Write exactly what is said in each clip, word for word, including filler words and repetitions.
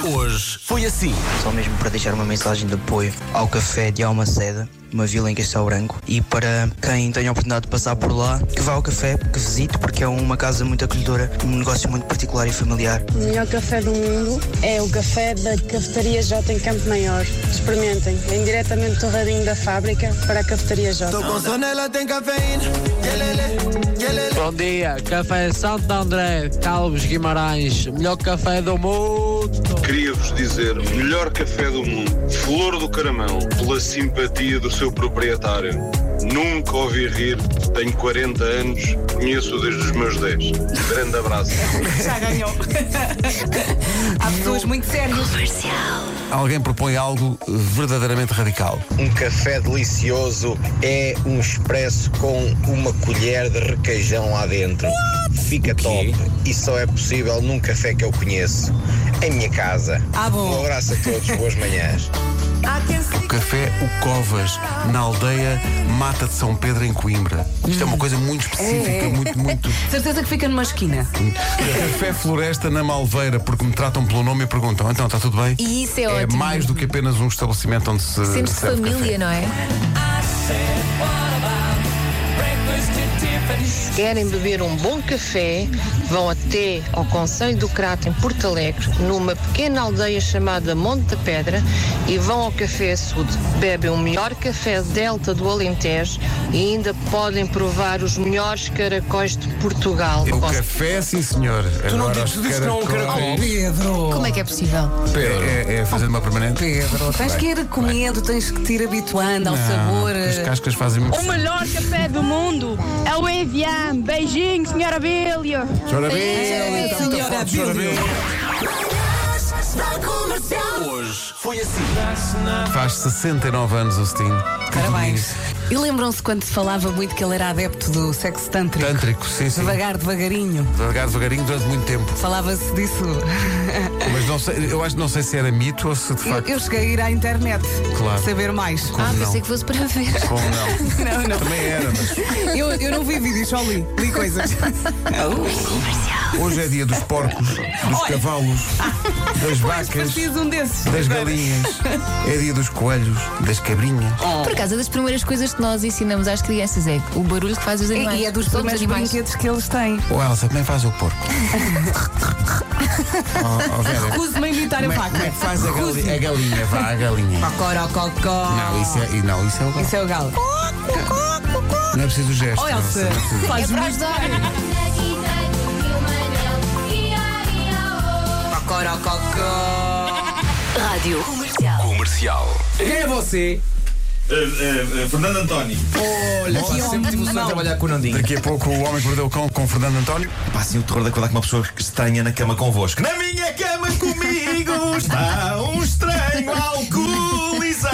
Hoje foi assim. Só mesmo para deixar uma mensagem de apoio ao Café de Almaceda, uma vila em Castelo Branco, e para quem tenha a oportunidade de passar por lá, que vá ao café, que visite, porque é uma casa muito acolhedora, um negócio muito particular e familiar. O melhor café do mundo é o café da Cafetaria J em Campo Maior. Experimentem, vem diretamente torradinho da fábrica para a Cafetaria J. Bom dia, Café Santo André, Calvos Guimarães, melhor café do mundo. Queria-vos dizer, melhor café do mundo, Flor do Caramão, pela simpatia do seu proprietário. Nunca ouvi rir, tenho quarenta anos, conheço desde os meus dez. Grande abraço. Já ganhou. Há pessoas muito sérias. Alguém propõe algo verdadeiramente radical. Um café delicioso é um expresso com uma colher de requeijão lá dentro. Fica top. E só é possível num café que eu conheço, em minha casa. Ah, bom. Um abraço a todos, boas manhãs. O café O Covas, na aldeia Mata de São Pedro, em Coimbra. Isto é uma coisa muito específica, É. muito, muito. Certeza que fica numa esquina. Café Floresta na Malveira, porque me tratam pelo nome e perguntam: então, está tudo bem? E isso é, É ótimo. mais do que apenas um estabelecimento onde se. Sentes serve família, café. não é? Querem beber um bom café? Vão até ao Conselho do Crato, em Porto Alegre, numa pequena aldeia chamada Monte da Pedra, e vão ao Café Açude. Bebem o melhor café Delta do Alentejo e ainda podem provar os melhores caracóis de Portugal. O café, sim senhor. Tu não Agora, dizes, tu dizes que não é um caracóis- caracol. Pedro! Como é que é possível? É, é fazer uma permanente? Pedro, tens que ir comendo, tens que te ir habituando ao sabor. As cascas fazem muito. O melhor café do mundo é o Evian. Beijinho, senhora Abílio. Chora bem, É, tanta senhora foto, chora bem. Abílio. Hoje foi assim. Faz sessenta e nove anos o Sting. Parabéns. E lembram-se quando se falava muito que ele era adepto do sexo tântrico? Tântrico, sim, sim. Devagar, devagarinho. Devagar, devagarinho, durante muito tempo. Falava-se disso. Mas não sei, eu acho não sei se era mito ou se de Eu, facto. eu cheguei a ir à internet. Claro. Saber mais. Como Ah, não? pensei que fosse para ver. Como não? Não, não. Também era, mas. Eu, eu não vi vídeos, só li. Li coisas. Hoje é dia dos porcos, dos cavalos, das vacas, Preciso um desses. das galinhas. É dia dos coelhos, das cabrinhas. Por acaso, das primeiras coisas que nós ensinamos às crianças é o barulho que faz os animais. E, e é dos Todos os primeiros animais. brinquedos que eles têm. O Elsa também faz o porco. oh, oh, Vera, Recuso-me a imitar a como é, vaca. como é que faz a galinha? A galinha, vá, a galinha. Cocorococó. Não, isso é, não, isso é o galo. Isso é o galo. Não é preciso o gesto. Oh, Elsa, Elsa. faz É para muito. ajudar. Cocorococó. Rádio Comercial. Comercial. Quem é você? Fernando António. Olha, pá, sempre tive o sonho de trabalhar com o Nandinho. Daqui a pouco o Homem que Mordeu o Cão com Fernando António. Pá, assim o terror de acordar com uma pessoa estranha na cama convosco. Na minha cama comigo está um estranho alcoolizado.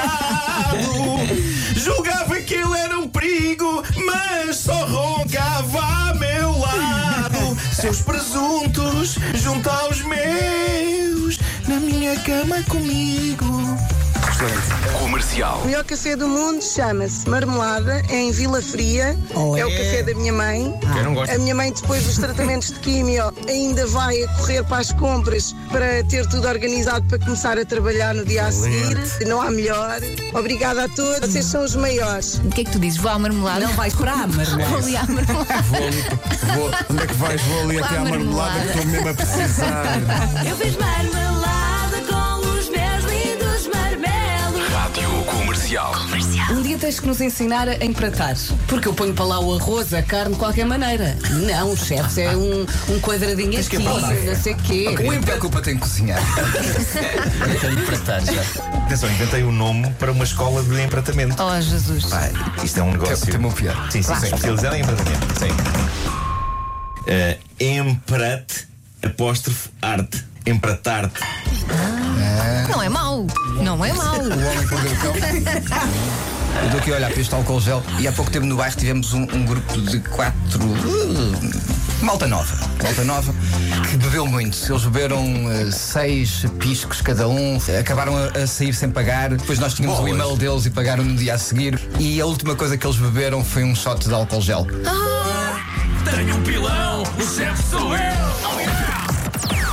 Julgava que ele era um perigo, mas só roncava a meu lado. Seus presuntos junto aos meus, na minha cama comigo. Comercial. O melhor café do mundo chama-se Marmelada, é em Vila Fria. Oh, é o é? café da minha mãe. Quem não gosta? A minha mãe, depois dos tratamentos de químio, ainda vai a correr para as compras para ter tudo organizado para começar a trabalhar no dia a seguir. Não há melhor. Obrigada a todos, vocês são os maiores. O que é que tu dizes? Vou à marmelada? Não vais para a Vou marmelada. ali à marmelada. Vou ali, vou, onde é que vais? Vou ali Lá até à à marmelada marmelada. que estou mesmo a precisar. Eu fiz marmelada com os meus lindos marmelos. Rádio Comercial. Um dia tens que nos ensinar a empratar. Porque eu ponho para lá o arroz, a carne, de qualquer maneira. Não, chefe, é um, um quadradinho aqui, não sei o quê. O único que a culpa tem que cozinhar. Eu tenho que pratar já. Atenção, inventei um nome para uma escola de empratamento. Oh, Jesus. Pá, isto é um negócio. Tem uma piada. Sim, sim, sim. Especializado em empratamento. Sim. Uh, Emprat apóstrofe arte. Empratar-te. Não é mau. Não é mau. O Homem que Mordeu o Cão. Eu estou aqui a olhar para este álcool gel e há pouco tempo no bairro tivemos um, um grupo de quatro. uh, malta nova. Malta nova que bebeu muito. Eles beberam uh, seis piscos cada um, acabaram a, a sair sem pagar. Depois nós tínhamos o e-mail deles e pagaram no dia a seguir. E a última coisa que eles beberam foi um shot de álcool gel. Tenho um pilão, o chefe sou eu.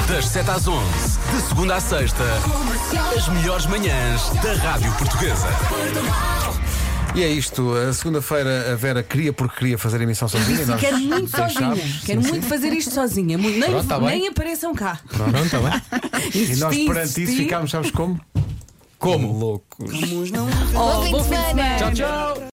Das sete às onze, de segunda à sexta, as melhores manhãs da Rádio Portuguesa. E é isto, a segunda-feira a Vera queria porque queria fazer a emissão sozinha. Nós Quero muito sozinha. deixámos. Quero Sim, muito sim. fazer isto sozinha. Muito- Nem, Pronto, tá bem. nem apareçam cá. Pronto, está bem. E nós Insisti, perante isso insisti. ficámos, sabes como? Como? Loucos. Oh, bom fim de semana. Tchau, tchau.